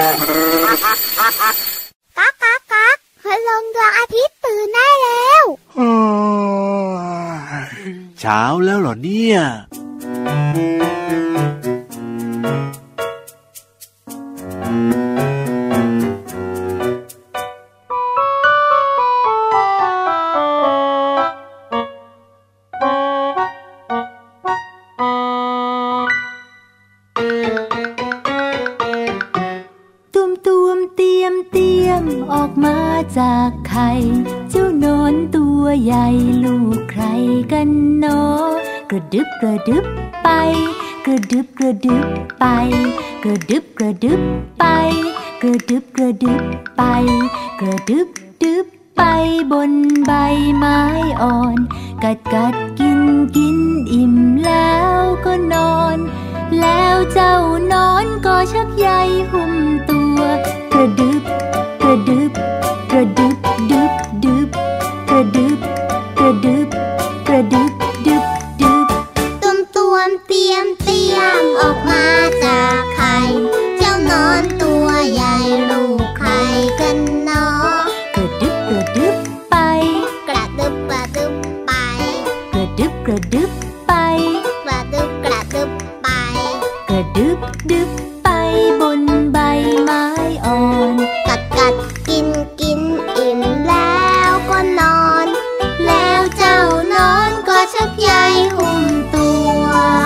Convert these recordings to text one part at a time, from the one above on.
ก๊ากก๊ากก๊ากพลังดวงอาทิตย์ตื่นได้แล้วเช้าแล้วเหรอเนี่ยออกมาจากไข่เจ้านอนตัวใหญ่ลูกใครกันเนาะกระดึบกระดึบไปกระดึบกระดึบไปกระดึบกระดึบไปกระดึบกระดึบไปกระดึบดึบไปบนใบไม้อ่อนกัดกัดกินกินอิ่มแล้วก็นอนแล้วเจ้านอนก็ชักใยหุ้มตัวกระดึบกระดึบกระดึบดึบดึบกระดึบกระดึบกระดึบดึบดึบตุ้มตวมเตรียมเตรียมออกมาจากไข่เจ้านอนตัวใหญ่ลูกใครกันเนาะกระดึบกระดึบไปกระดึบกระดึบไปกระดึบกระดึบไปกระดึบกระดึบไปกระดึบดึบไปบนใบไม้อ่อนกัดกัดกินกินอิ่มแล้วก็นอนแล้วเจ้านอนก็ชักใยหุ้มตัว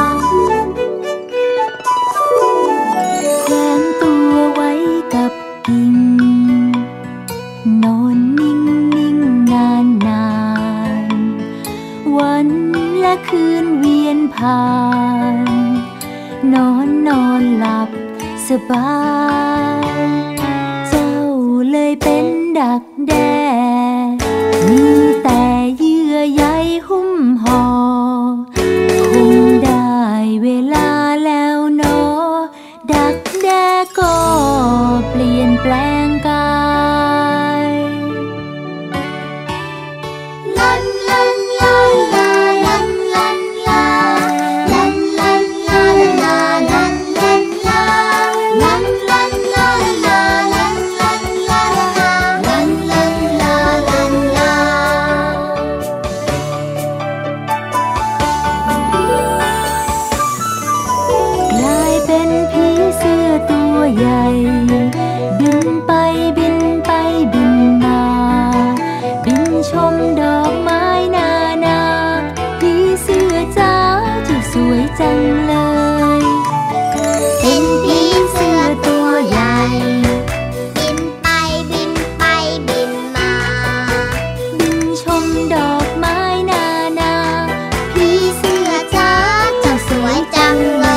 แขวนตัวไว้กับกิ่งนอนนิ่งนิ่งนานนานวันและคืนเวียนผ่านนอนนอนหลับสบายเจ้าเลยเป็นดักแด้มีแต่เยื่อใยหุ้มห่อคงได้เวลาแล้วเนาะดักแด้ก็เปลี่ยนแปลงกายลันลันลาลาลันลันลาลันลันลาลาลันลันลาลันลันลาลาลันลันลาลันลันลาลันลากลายเป็นผีเสื้อตัวใหญ่บินไปบินไปบินมาบินชมดอกไม้นานาผีเสื้อจ้าเจ้าสวยจังเลยเป็นผีเสื้อตัวใหญ่บินไปบินไปบินมาบินชมดอกไม้นานาผีเสื้อจ้าเจ้าสวยจังเลย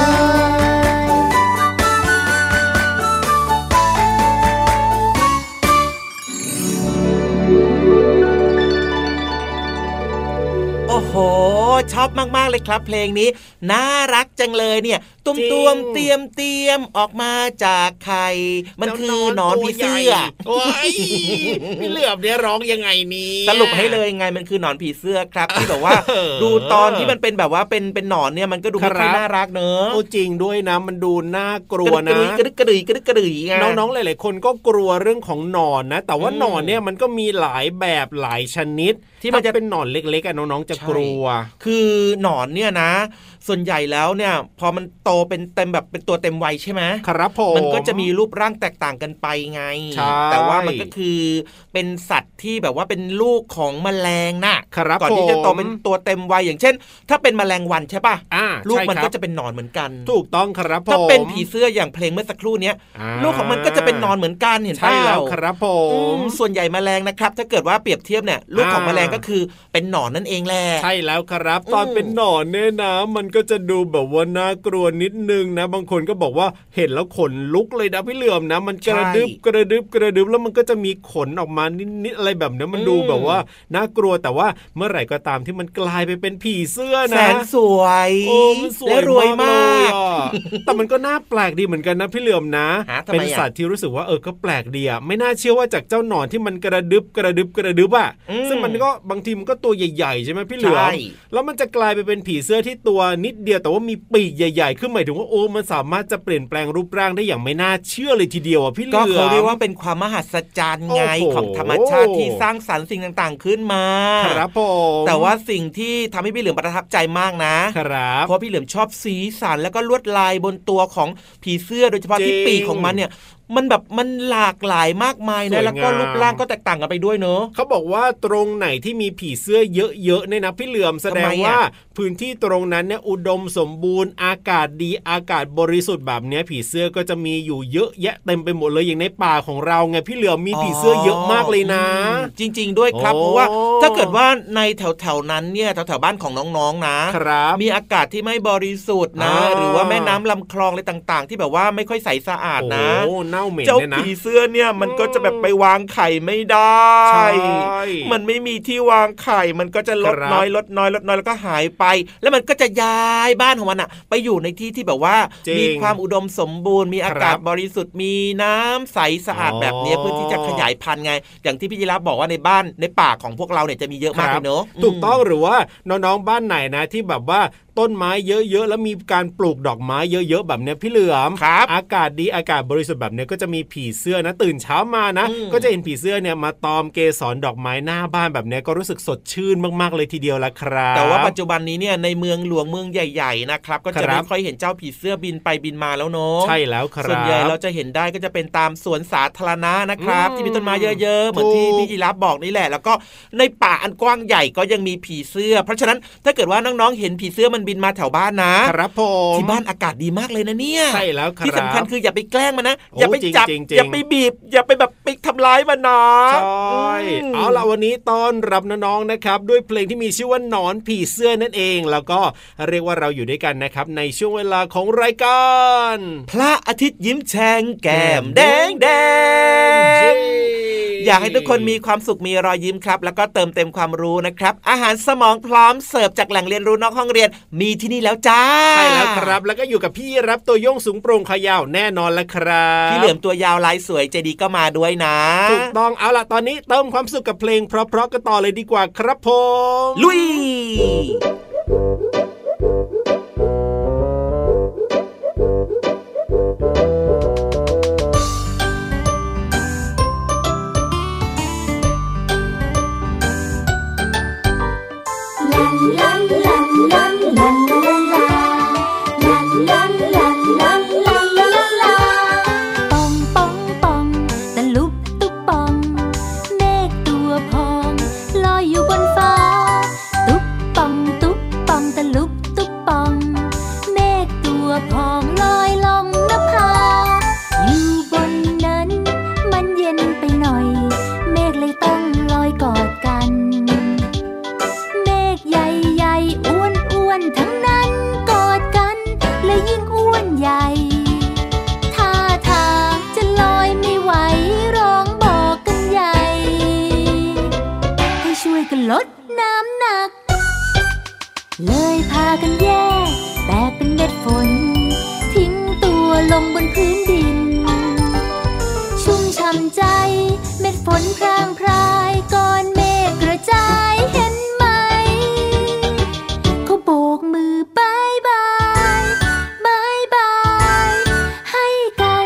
โอ้โหชอบมากๆเลยครับเพลงนี้น่ารักจังเลยเนี่ยตุ้มตวมเตรียมเตรียมออกมาจากไข่มันคือหนอนผีเสื้อโอ้ยพี่เหลือบเนี่ยร้องยังไงนี่สรุปให้เลยไงมันคือหนอนผีเสื้อครับที่แบบว่าดูตอนที่มันเป็นแบบว่าเป็นหนอนเนี่ยมันก็ดูไม่ค่อยน่ารักเนอะโอ้จริงด้วยนะมันดูน่ากลัวนะกระดึกกระดึยน้องๆหลายๆคนก็กลัวเรื่องของหนอนนะแต่ว่าหนอนเนี่ยมันก็มีหลายแบบหลายชนิดที่มันจะเป็นหนอนเล็กๆน้องๆจะกลัวคือหนอนเนี่ยนะส่วนใหญ่แล้วเนี่ยพอมันโตเป็นเต็มแบบเป็นตัวเต็มวัยใช่ไหมครับผมมันก็จะมีรูปร่างแตกต่างกันไปไงแต่ว่ามันก็คือเป็นสัตว์ที่แบบว่าเป็นลูกของแมลงน่ะก่อนที่จะโตเป็นตัวเต็มวัยอย่างเช่นถ้าเป็นแมลงวันใช่ป่ะลูกมันก็จะเป็นหนอนเหมือนกันถูกต้องครับผมถ้าเป็นผีเสื้ออย่างเพลงเมื่อสักครู่นี้ลูกของมันก็จะเป็นหนอนเหมือนกันเห็นป่ะใช่แล้วครับผมส่วนใหญ่แมลงนะครับถ้าเกิดว่าเปรียบเทียบเนี่ยลูกของแมลงก็คือเป็นหนอนนั่นเองแหละใช่แล้วครับตอนเป็นหนอนเนี่ยนะมันก็จะดูแบบว่าน่ากลัวนิดนึงนะบางคนก็บอกว่าเห็นแล้วขนลุกเลยนะพี่เหลือมนะมันกระดึบกระดึบกระดึบแล้วมันก็จะมีขนออกมานิดๆอะไรแบบนี้มันดูแบบว่าน่ากลัวแต่ว่าเมื่อไหร่ก็ตามที่มันกลายไปเป็นผีเสื้อนะแสนสวยและรวยมากแต่มันก็น่าแปลกดีเหมือนกันนะพี่เหลือมนะเป็นสัตว์ที่รู้สึกว่าก็แปลกดีอ่ะไม่น่าเชื่อว่าจากเจ้าหนอนที่มันกระดึบกระดึบกระดึบอ่ะซึ่งมันก็บางทีมันก็ตัวใหญ่ๆใช่ไหมพี่เหลือมแล้วมันจะกลายไปเป็นผีเสื้อที่ตัวนิดเดียวแต่ว่ามีปีกใหญ่ๆขึ้นหมายถึงว่าโอ้มันสามารถจะเปลี่ยนแปลงรูปร่างได้อย่างไม่น่าเชื่อเลยทีเดียวอ่ะพี่เหลือมก็เขาเรียกว่าเป็นความมหัศจรรย์ไงของธรรมชาติที่สร้างสรรค์สิ่งต่างๆขึ้นมาครับผมแต่ว่าสิ่งที่ทำให้พี่เหลือมประทับใจมากนะครับเพราะพี่เหลือมชอบสีสันแล้วก็ลวดลายบนตัวของผีเสื้อโดยเฉพาะที่ปีกของมันเนี่ยมันแบบมันหลากหลายมากมายนะแล้วก็รูปร่างก็แตกต่างกันไปด้วยเนอะเขาบอกว่าตรงไหนที่มีผีเสื้อเยอะๆเนี่ยนะพี่เหลือมแสดงว่าพื้นที่ตรงนั้นเนี่ยอุดมสมบูรณ์อากาศดีอากาศบริสุทธิ์แบบนี้ผีเสื้อก็จะมีอยู่เยอะแยะเต็มไปหมดเลยอย่างในป่าของเราไงพี่เหลือมมีผีเสื้อเยอะมากเลยนะจริงๆด้วยครับเพราะว่าถ้าเกิดว่าในแถวๆนั้นเนี่ยแถวๆบ้านของน้องๆนะครับมีอากาศที่ไม่บริสุทธิ์นะหรือว่าแม่น้ำลำคลองอะไรต่างๆที่แบบว่าไม่ค่อยใสสะอาดนะโอ้เน่าเหม็นเจ้าผีเสื้อเนี่ยมันก็จะแบบไปวางไข่ไม่ได้มันไม่มีที่วางไข่มันก็จะลดน้อยแล้วก็หายไปแล้วมันก็จะย้ายบ้านของมันอะไปอยู่ในที่ที่แบบว่ามีความอุดมสมบูรณ์มีอากาศบริสุทธิ์มีน้ำใสสะอาดแบบนี้เพื่อที่จะขยายพันธุ์ไงอย่างที่พี่ยีราฟบอกว่าในบ้านในป่าของพวกเราเนี่ยจะมีเยอะมากเลยเนอะถูกต้องหรือว่าน้องๆบ้านไหนนะที่แบบว่าต้นไม้เยอะๆแล้วมีการปลูกดอกไม้เยอะๆแบบเนี้ยพี่เหลือมอากาศดีอากาศบริสุทธิ์แบบเนี้ยก็จะมีผีเสื้อนะตื่นเช้ามานะก็จะเห็นผีเสื้อเนี่ยมาตอมเกสรดอกไม้หน้าบ้านแบบเนี้ยก็รู้สึกสดชื่นมากๆเลยทีเดียวละครับแต่ว่าปัจจุบันนี้เนี่ยในเมืองหลวงเมืองใหญ่ๆนะครับก็จะไม่ค่อยเห็นเจ้าผีเสื้อบินไปบินมาแล้วเนาะใช่แล้วครับส่วนใหญ่เราจะเห็นได้ก็จะเป็นตามสวนสาธารณะนะครับที่มีต้นไม้เยอะๆเหมือนที่พี่ยีราฟบอกนี่แหละแล้วก็ในป่าอันกว้างใหญ่ก็ยังมีผีเสื้อเพราะฉะนั้นถ้าเกิดว่าน้องๆเห็นผีเสื้อมันบินมาแถวบ้านนะครับผมที่บ้านอากาศดีมากเลยนะเนี่ยใช่แล้วครับที่สำคัญคืออย่าไปแกล้งมันนะอย่าไปจับอย่าไปบีบอย่าไปแบบไปทำร้ายมันนะใช่เอาล่ะวันนี้ต้อนรับน้องๆนะครับด้วยเพลงที่มีชื่อว่าหนอนผีเสื้อนั่นเองแล้วก็เรียกว่าเราอยู่ด้วยกันนะครับในช่วงเวลาของรายการพระอาทิตย์ยิ้มแฉ่งแก้มแดงอยากให้ทุกคนมีความสุขมีรอยยิ้มครับแล้วก็เติมเต็มความรู้นะครับอาหารสมองพร้อมเสิร์ฟจากแหล่งเรียนรู้นอกห้องเรียนมีที่นี่แล้วจ้าใช่แล้วครับแล้วก็อยู่กับพี่รับตัวโยงสูงโปร่งขยาวแน่นอนแล้วครับพี่เหลือมตัวยาวลายสวยใจดีก็มาด้วยนะถูกต้องเอาล่ะตอนนี้เติมความสุขกับเพลงเพราะๆกันต่อเลยดีกว่าครับผมลุยลดน้ำหนักเลยพากันแยกแตกเป็นเม็ดฝนทิ้งตัวลงบนพื้นดินชุ่มช่ำใจเม็ดฝนพรางพรายก้อนเมฆกระจายเห็นไหมเขาโบกมือบายบายบายบายให้กัน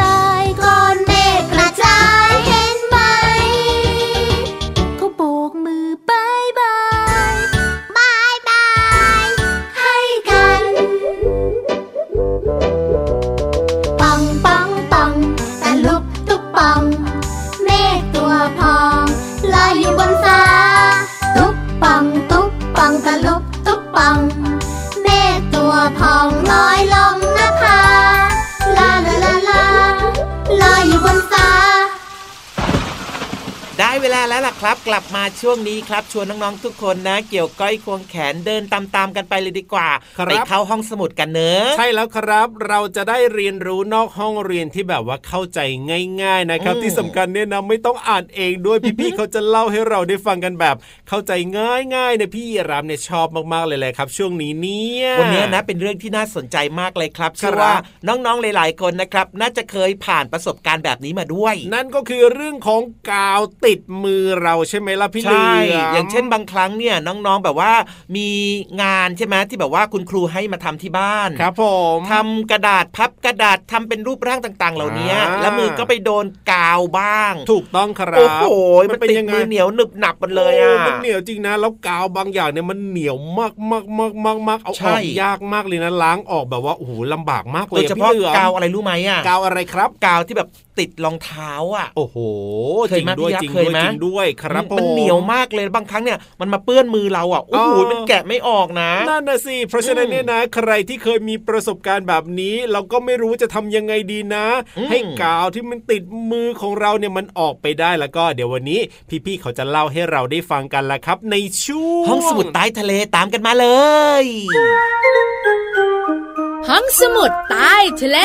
เขาโบกมืตุ๊บป่องเมฆตัวพองลอยลงนภาลาลาลาลาลอยอยู่บนฟ้าได้เวลาแล้วล่ะครับกลับมาช่วงนี้ครับชวนน้องๆทุกคนนะเกี่ยวก้อยควงแขนเดินตามๆกันไปเลยดีกว่าไปเข้าห้องสมุดกันเนอะใช่แล้วครับเราจะได้เรียนรู้นอกห้องเรียนที่แบบว่าเข้าใจง่ายๆนะครับที่สำคัญเนี่ยนะไม่ต้องอ่านเองด้วยพี่ๆเขาจะเล่าให้เราได้ฟังกันแบบเข้าใจง่ายๆเนี่ยพี่รามเนี่ยชอบมากๆเลยแหละครับช่วงนี้เนี่ยวันนี้นะเป็นเรื่องที่น่าสนใจมากเลยครับเชื่อว่าน้องๆหลายๆคนนะครับน่าจะเคยผ่านประสบการณ์แบบนี้มาด้วยนั่นก็คือเรื่องของกาวติดมือเราใช่ไหมล่ะพี่เหลือมอย่างเช่นบางครั้งเนี่ยน้องๆแบบว่ามีงานใช่ไหมที่แบบว่าคุณครูให้มาทำที่บ้านครับผมทำกระดาษพับกระดาษทำเป็นรูปร่างต่างๆเหล่านี้แล้วมือก็ไปโดนกาวบ้างถูกต้องครับโอ้โหมันเป็นยังไงมือเหนียวหนึบหนับมันเลยอ่ะมันเหนียวจริงนะแล้วกาวบางอย่างเนี่ยมันเหนียวมากมากมากมากมากเอาออกยากมากเลยนะล้างออกแบบว่าโอ้โหลำบากมากเลยโดยเฉพาะกาวอะไรรู้ไหมอ่ะกาวอะไรครับกาวที่แบบติดรองเท้าอ่ะโอ้โหจริงด้วยจริงด้วยครับมันเหนียวมากเลยบางครั้งเนี่ยมันมาเปื้อนมือเราอ่ะโอ้โหมันแกะไม่ออกนะนั่นน่ะสิเพราะฉะนั้นเนี่ยนะใครที่เคยมีประสบการณ์แบบนี้เราก็ไม่รู้จะทำยังไงดีนะให้กาวที่มันติดมือของเราเนี่ยมันออกไปได้แล้วก็เดี๋ยววันนี้พี่ๆเขาจะเล่าให้เราได้ฟังกันละครับในช่วงห้องสมุดใต้ทะเลตามกันมาเลยห้องสมุดใต้ทะเล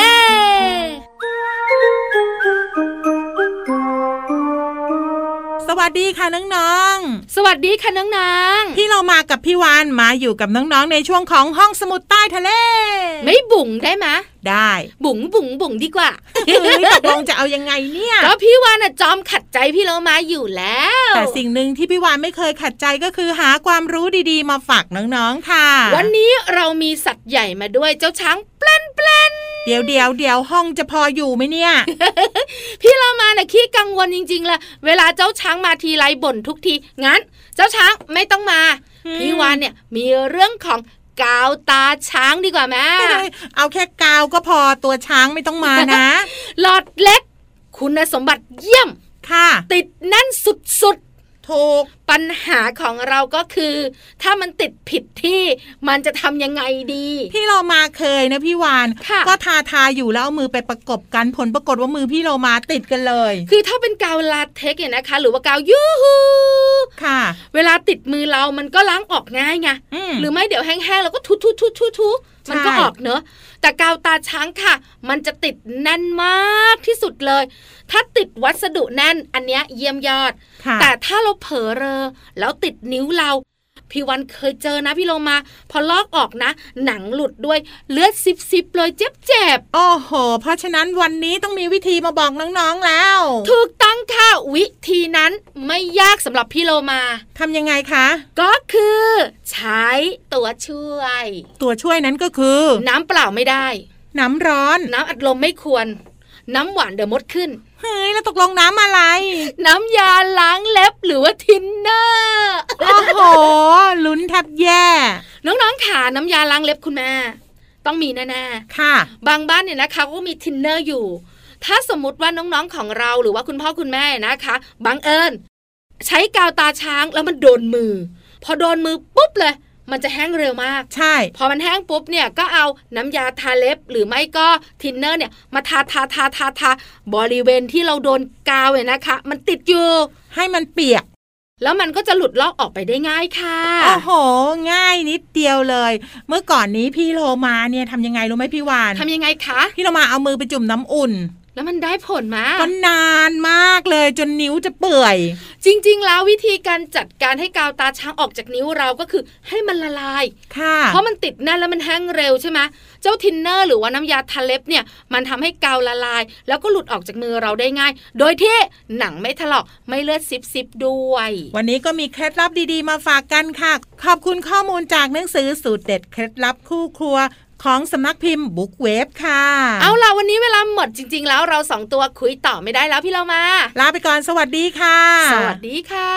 สวัสดีค่ะน้องๆสวัสดีค่ะน้องๆพี่เรามากับพี่วานมาอยู่กับน้องๆในช่วงของห้องสมุดใต้ทะเลไม่บุ๋งได้ไหมได้บุ๋งบุ๋งบุ๋งดีกว่าตกลงจะเอายังไงเนี่ยก็พี่วานจอมขัดใจพี่เรามาอยู่แล้วแต่สิ่งหนึ่งที่พี่วานไม่เคยขัดใจก็คือหาความรู้ดีๆมาฝากน้องๆค่ะวันนี้เรามีสัตว์ใหญ่มาด้วยเจ้าช้างแปลนเดี๋ยวห้องจะพออยู่ไหมเนี่ยพี่เรามาขี้กังวลจริงๆเลยเวลาเจ้าช้างมาทีไรบ่นทุกทีงั้นเจ้าช้างไม่ต้องมาพี่วานเนี่ยมีเรื่องของกาวตาช้างดีกว่าแม่เอาแค่กาวก็พอตัวช้างไม่ต้องมานะหลอดเล็กคุณสมบัติเยี่ยมค่ะติดแน่นสุดถูกปัญหาของเราก็คือถ้ามันติดผิดที่มันจะทำยังไงดีพี่โลมาเคยนะพี่วานก็ทาอยู่แล้วเอามือไปประกบกันผลปรากฏว่ามือพี่โลมาติดกันเลยคือถ้าเป็นกาวลาเท็กซ์เนี่ยนะคะหรือว่ากาวยูฮูค่ะเวลาติดมือเรามันก็ล้างออกง่ายไงหรือไม่เดี๋ยวแห้งๆเราก็ทุมันก็ออกเนอะแต่กาวตาช้างค่ะมันจะติดแน่นมากที่สุดเลยถ้าติดวัสดุแน่นอันเนี้ยเยี่ยมยอดแต่ถ้าเราเผลอเรอแล้วติดนิ้วเราพี่วันเคยเจอนะพี่โลมาพอลอกออกนะหนังหลุดด้วยเลือดซิบเลยเจ็บโอ้โหเพราะฉะนั้นวันนี้ต้องมีวิธีมาบอกน้องๆแล้วถูกต้องค่ะวิธีนั้นไม่ยากสำหรับพี่โลมาทำยังไงคะก็คือใช้ตัวช่วยนั้นก็คือน้ำเปล่าไม่ได้น้ำร้อนน้ำอัดลมไม่ควรน้ำหวานเดี๋ยวมดขึ้นเฮ้ยแล้วตกลงน้ำอะไรน้ำยาล้างเล็บหรือว่าทินเนอร์โอ้โหลุ้นแทบแย่น้องๆขาน้ำยาล้างเล็บคุณแม่ต้องมีแน่ๆค่ะบางบ้านเนี่ยนะคะก็มีทินเนอร์อยู่ถ้าสมมติว่าน้องๆของเราหรือว่าคุณพ่อคุณแม่นะคะบังเอิญใช้กาวตาช้างแล้วมันโดนมือพอโดนมือปุ๊บเลยมันจะแห้งเร็วมากใช่พอมันแห้งปุ๊บเนี่ยก็เอาน้ำยาทาเล็บหรือไม่ก็ทินเนอร์เนี่ยมาทาบริเวณที่เราโดนกาวเนี่ยนะคะมันติดอยู่ให้มันเปียกแล้วมันก็จะหลุดลอกออกไปได้ง่ายค่ะโอ้โหง่ายนิดเดียวเลยเมื่อก่อนนี้พี่โลมาเนี่ยทำยังไงรู้ไหมพี่วานทำยังไงคะพี่โลมาเอามือไปจุ่มน้ำอุ่นแล้วมันได้ผลมั้ยก็นานมากเลยจนนิ้วจะเปื่อยจริงๆแล้ววิธีการจัดการให้กาวตาช้างออกจากนิ้วเราก็คือให้มันละลายค่ะเพราะมันติดแน่นแล้วมันแห้งเร็วใช่ไหมเจ้าทินเนอร์หรือว่าน้ำยาทาเล็บเนี่ยมันทำให้กาวละลายแล้วก็หลุดออกจากมือเราได้ง่ายโดยที่หนังไม่ถลอกไม่เลือดซิบด้วยวันนี้ก็มีเคล็ดลับดีๆมาฝากกันค่ะขอบคุณข้อมูลจากหนังสือสูตรเด็ดเคล็ดลับคู่ครัวของสำนักพิมพ์บุ๊กเวฟค่ะเอาล่ะวันนี้เวลาหมดจริงๆแล้วเรา2ตัวคุยต่อไม่ได้แล้วพี่เรามาลาไปก่อนสวัสดีค่ะสวัสดีค่ะ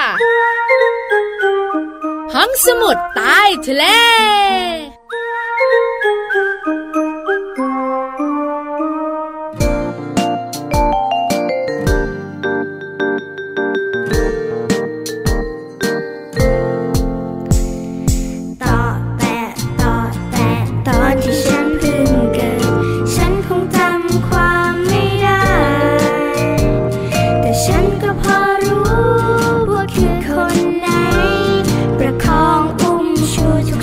ห้องสมุดใต้ทะเลตอ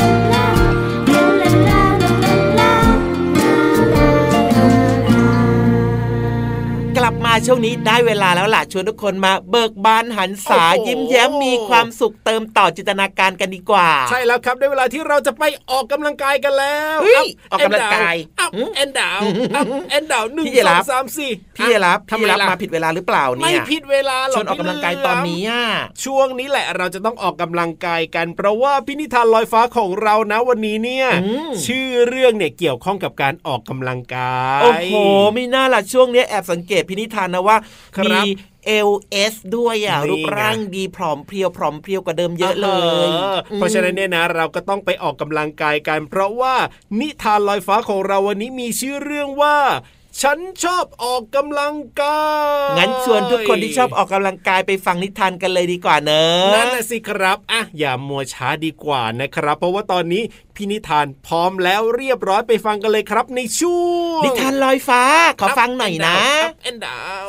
กลับมาช่วงนี้ได้เวลาแล้วล่ะชวนทุกคนมาเบิกบานหันษายิ้มแย้มมีความสุขเติมต่อจินตนาการกันดีกว่าใช่แล้วครับได้เวลาที่เราจะไปออกกำลังกายกันแล้วออกกำลังกายแอนดาวแอนดาว1 2 3 4 พี่รับมาผิดเวลาหรือเปล่าเนี่ยไม่ผิดเวลาหรอกชวนออกกำลังกายตอนนี้ช่วงนี้แหละเราจะต้องออกกำลังกายกันเพราะว่าพินิธานลอยฟ้าของเรานะวันนี้เนี่ยชื่อเรื่องเนี่ยเกี่ยวข้องกับการออกกำลังกายโอ้โหไม่น่าล่ะช่วงนี้แอบสังเกตพินิธานนะว่ามีLS ด้วยรูปร่างดีผอมเพรียวกว่าเดิมเยอะเลยเพราะฉะนั้นเนี่ยนะเราก็ต้องไปออกกำลังกายกันเพราะว่านิทานลอยฟ้าของเราวันนี้มีชื่อเรื่องว่าฉันชอบออกกำลังกายงั้นชวนทุกคนที่ชอบออกกำลังกายไปฟังนิทานกันเลยดีกว่าเนอะนั่นแหละสิครับอย่ามัวช้าดีกว่านะครับเพราะว่าตอนนี้พี่นิทานพร้อมแล้วเรียบร้อยไปฟังกันเลยครับในช่วงนิทานลอยฟ้าขอฟังหน่อยนะแอนดาว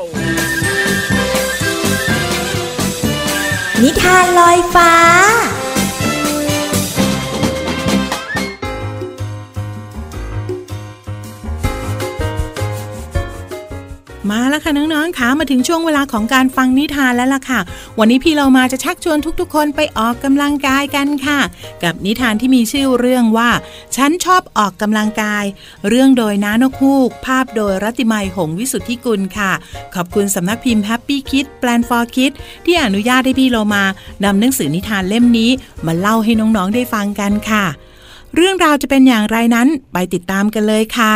นิทานลอยฟ้ามาแล้วค่ะน้องๆค่ะมาถึงช่วงเวลาของการฟังนิทานแล้วล่ะค่ะวันนี้พี่เรามาจะชักชวนทุกๆคนไปออกกำลังกายกันค่ะกับนิทานที่มีชื่อเรื่องว่าฉันชอบออกกำลังกายเรื่องโดยน้านกฮูกภาพโดยรัตติมัยหงส์วิสุทธิกุลค่ะขอบคุณสำนักพิมพ์ Happy Kids Plan for Kids ที่อนุญาตให้พี่เรามานำหนังสือนิทานเล่มนี้มาเล่าให้น้องๆได้ฟังกันค่ะเรื่องราวจะเป็นอย่างไรนั้นไปติดตามกันเลยค่ะ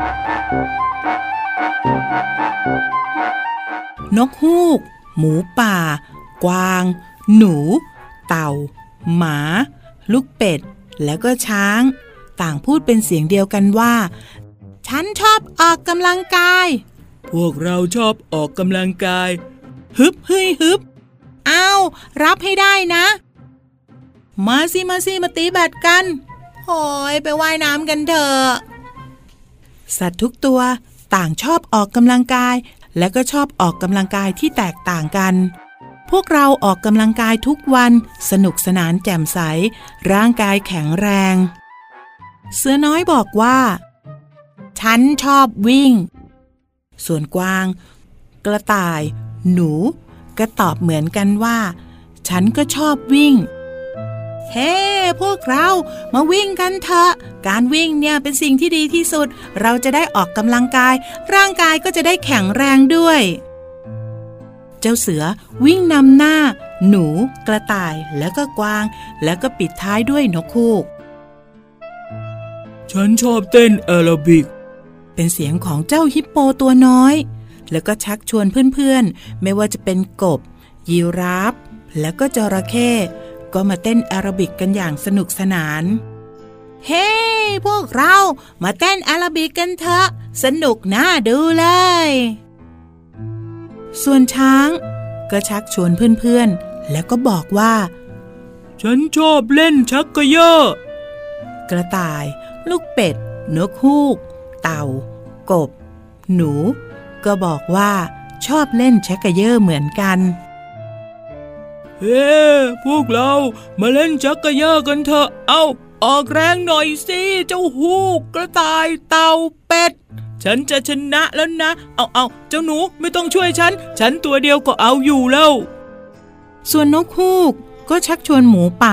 นกฮูกหมูป่ากวางหนูเต่าหมาลูกเป็ดแล้วก็ช้างต่างพูดเป็นเสียงเดียวกันว่าฉันชอบออกกำลังกายพวกเราชอบออกกำลังกายฮึบเฮ้ยฮึบเอารับให้ได้นะมาสิมาตีแบดกันโหยไปว่ายน้ำกันเถอะสัตว์ทุกตัวต่างชอบออกกำลังกายและก็ชอบออกกำลังกายที่แตกต่างกันพวกเราออกกำลังกายทุกวันสนุกสนานแจ่มใสร่างกายแข็งแรงเสือน้อยบอกว่าฉันชอบวิ่งส่วนกวางกระต่ายหนูก็ตอบเหมือนกันว่าฉันก็ชอบวิ่งเฮ้ พวกเรามาวิ่งกันเถอะการวิ่งเนี่ยเป็นสิ่งที่ดีที่สุดเราจะได้ออกกำลังกายร่างกายก็จะได้แข็งแรงด้วยเจ้าเสือวิ่งนำหน้าหนูกระต่ายแล้วก็กวางแล้วก็ปิดท้ายด้วยนกฮูกฉันชอบเต้นแอโรบิกเป็นเสียงของเจ้าฮิปโปตัวน้อยแล้วก็ชักชวนเพื่อนๆไม่ว่าจะเป็นกบยีราฟแล้วก็จระเข้ก็มาเต้นแอโรบิกกันอย่างสนุกสนานเฮ้ พวกเรามาเต้นแอโรบิกกันเถอะสนุกน่าดูเลยส่วนช้างก็ชักชวนเพื่อนๆแล้วก็บอกว่าฉันชอบเล่นชักกระเยาะกระต่ายลูกเป็ดนกฮูกเต่ากบหนูก็บอกว่าชอบเล่นชักกระเยาะเหมือนกันเฮ้พวกเรามาเล่นชักกระเยาะกันเถอะเอาออกแรงหน่อยสิเจ้าฮูกกระต่ายเต่าเป็ดฉันจะชนะแล้วนะเอาเจ้าหนูไม่ต้องช่วยฉันตัวเดียวก็เอาอยู่แล้วส่วนนกฮูกก็ชักชวนหมูป่า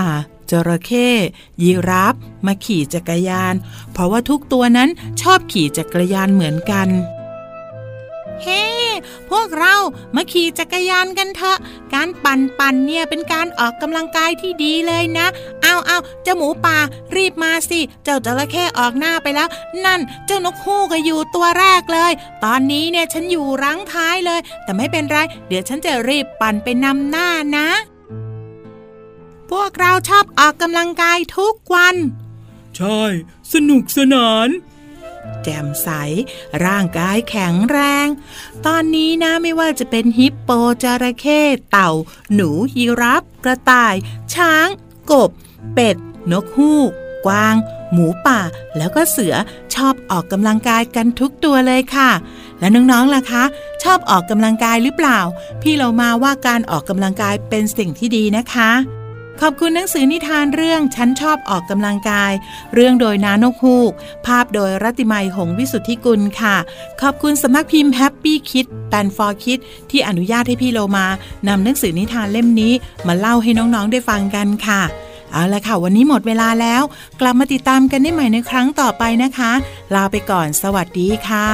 จระเข้ยีราฟมาขี่จักรยานเพราะว่าทุกตัวนั้นชอบขี่จักรยานเหมือนกันเฮ้ พวกเรามาขี่จักรยานกันเถอะการปั่นเนี่ยเป็นการออกกำลังกายที่ดีเลยนะเอาเจ้าหมูป่ารีบมาสิเจ้าจระเข้ออกหน้าไปแล้วนั่นเจ้านกฮูกก็อยู่ตัวแรกเลยตอนนี้เนี่ยฉันอยู่รั้งท้ายเลยแต่ไม่เป็นไรเดี๋ยวฉันจะรีบปั่นไปนำหน้านะพวกเราชอบออกกำลังกายทุกวันใช่สนุกสนานแจ่มใสร่างกายแข็งแรงตอนนี้นะไม่ว่าจะเป็นฮิปโปจระเข้เต่าหนูยีราฟกระต่ายช้างกบเป็ดนกฮูกกวางหมูป่าแล้วก็เสือชอบออกกำลังกายกันทุกตัวเลยค่ะและน้องๆล่ะคะชอบออกกำลังกายหรือเปล่าพี่เรามาว่าการออกกำลังกายเป็นสิ่งที่ดีนะคะขอบคุณหนังสือนิทานเรื่องฉันชอบออกกำลังกายเรื่องโดยนานกฮูกภาพโดยรัตติมัยหงส์วิสุทธิกุลค่ะขอบคุณสำนักพิมพ์ Happy Kids Pen for Kids ที่อนุญาตให้พี่โลมานำหนังสือนิทานเล่มนี้มาเล่าให้น้องๆได้ฟังกันค่ะเอาละค่ะวันนี้หมดเวลาแล้วกลับมาติดตามกันได้ใหม่ในครั้งต่อไปนะคะลาไปก่อนสวัสดีค่ะ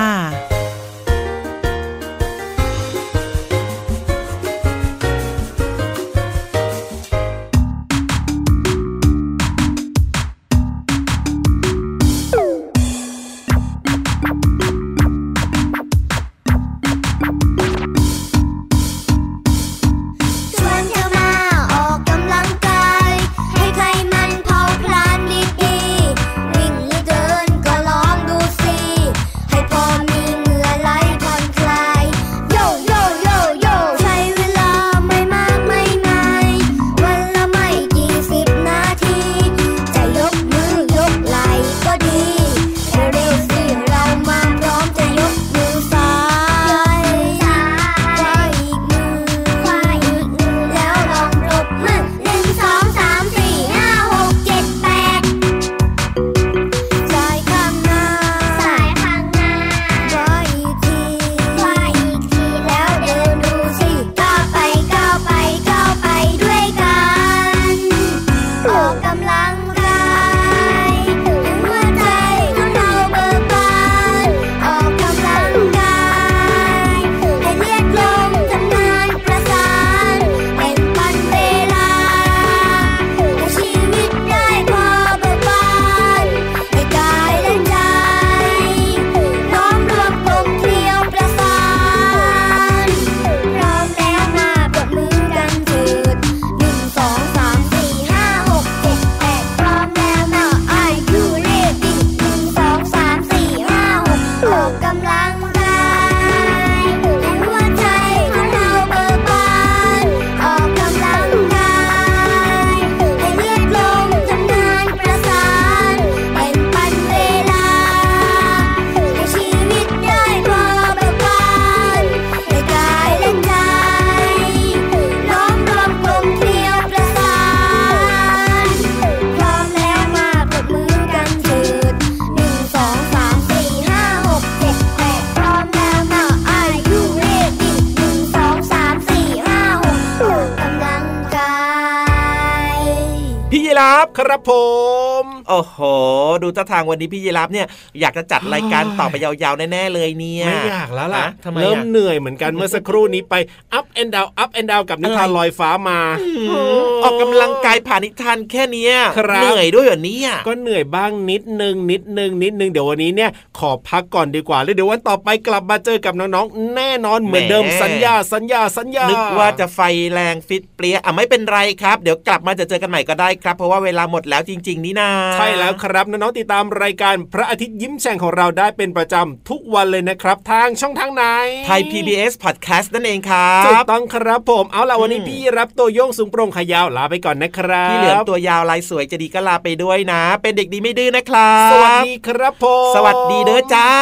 ครับผมโอ้โหดูท่าทางวันนี้พี่ยีรับเนี่ยอยากจะจัดรายการต่อไปยาวๆแน่ๆเลยเนี่ยไม่อยากแล้วล่ะเริ่มเหนื่อยเหมือนกันเมื่อสักครู่นี้ไป up and down up and down กับนิทานลอยฟ้ามาออกกำลังกายผ่านนิทานแค่นี้เหนื่อยด้วยเหรอเนี่ยก็เหนื่อยบ้างนิดนึงเดี๋ยววันนี้เนี่ยขอพักก่อนดีกว่าแล้วเดี๋ยววันต่อไปกลับมาเจอกับน้องๆแน่นอนเหมือนเดิมสัญญานึกว่าจะไฟแรงฟิตเปรี้ยไม่เป็นไรครับเดี๋ยวกลับมาจะเจอกันใหม่ก็ได้ครับเพราะว่าเวลาหมดแล้วจริงๆนี่นาใช่แล้วครับน้องๆติดตามรายการพระอาทิตย์ยิ้มแฉ่งของเราได้เป็นประจำทุกวันเลยนะครับทางช่องทางไหนไทย PBS Podcast นั่นเองครับถูกต้องครับผมเอาล่ะวันนี้พี่รับตัวโยงสูงโปร่งขยาวลาไปก่อนนะครับพี่เหลือมตัวยาวลายสวยจะดีก็ลาไปด้วยนะเป็นเด็กดีไม่ดื้อนะครับสวัสดีครับผมสวัสดีเด้อจ้า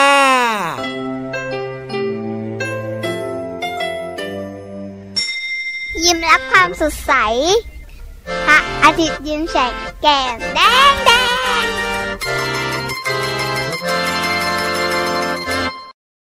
ยิ้มรับความสดใสพระอาทิตย์ยิ้มแฉกแก้มแดง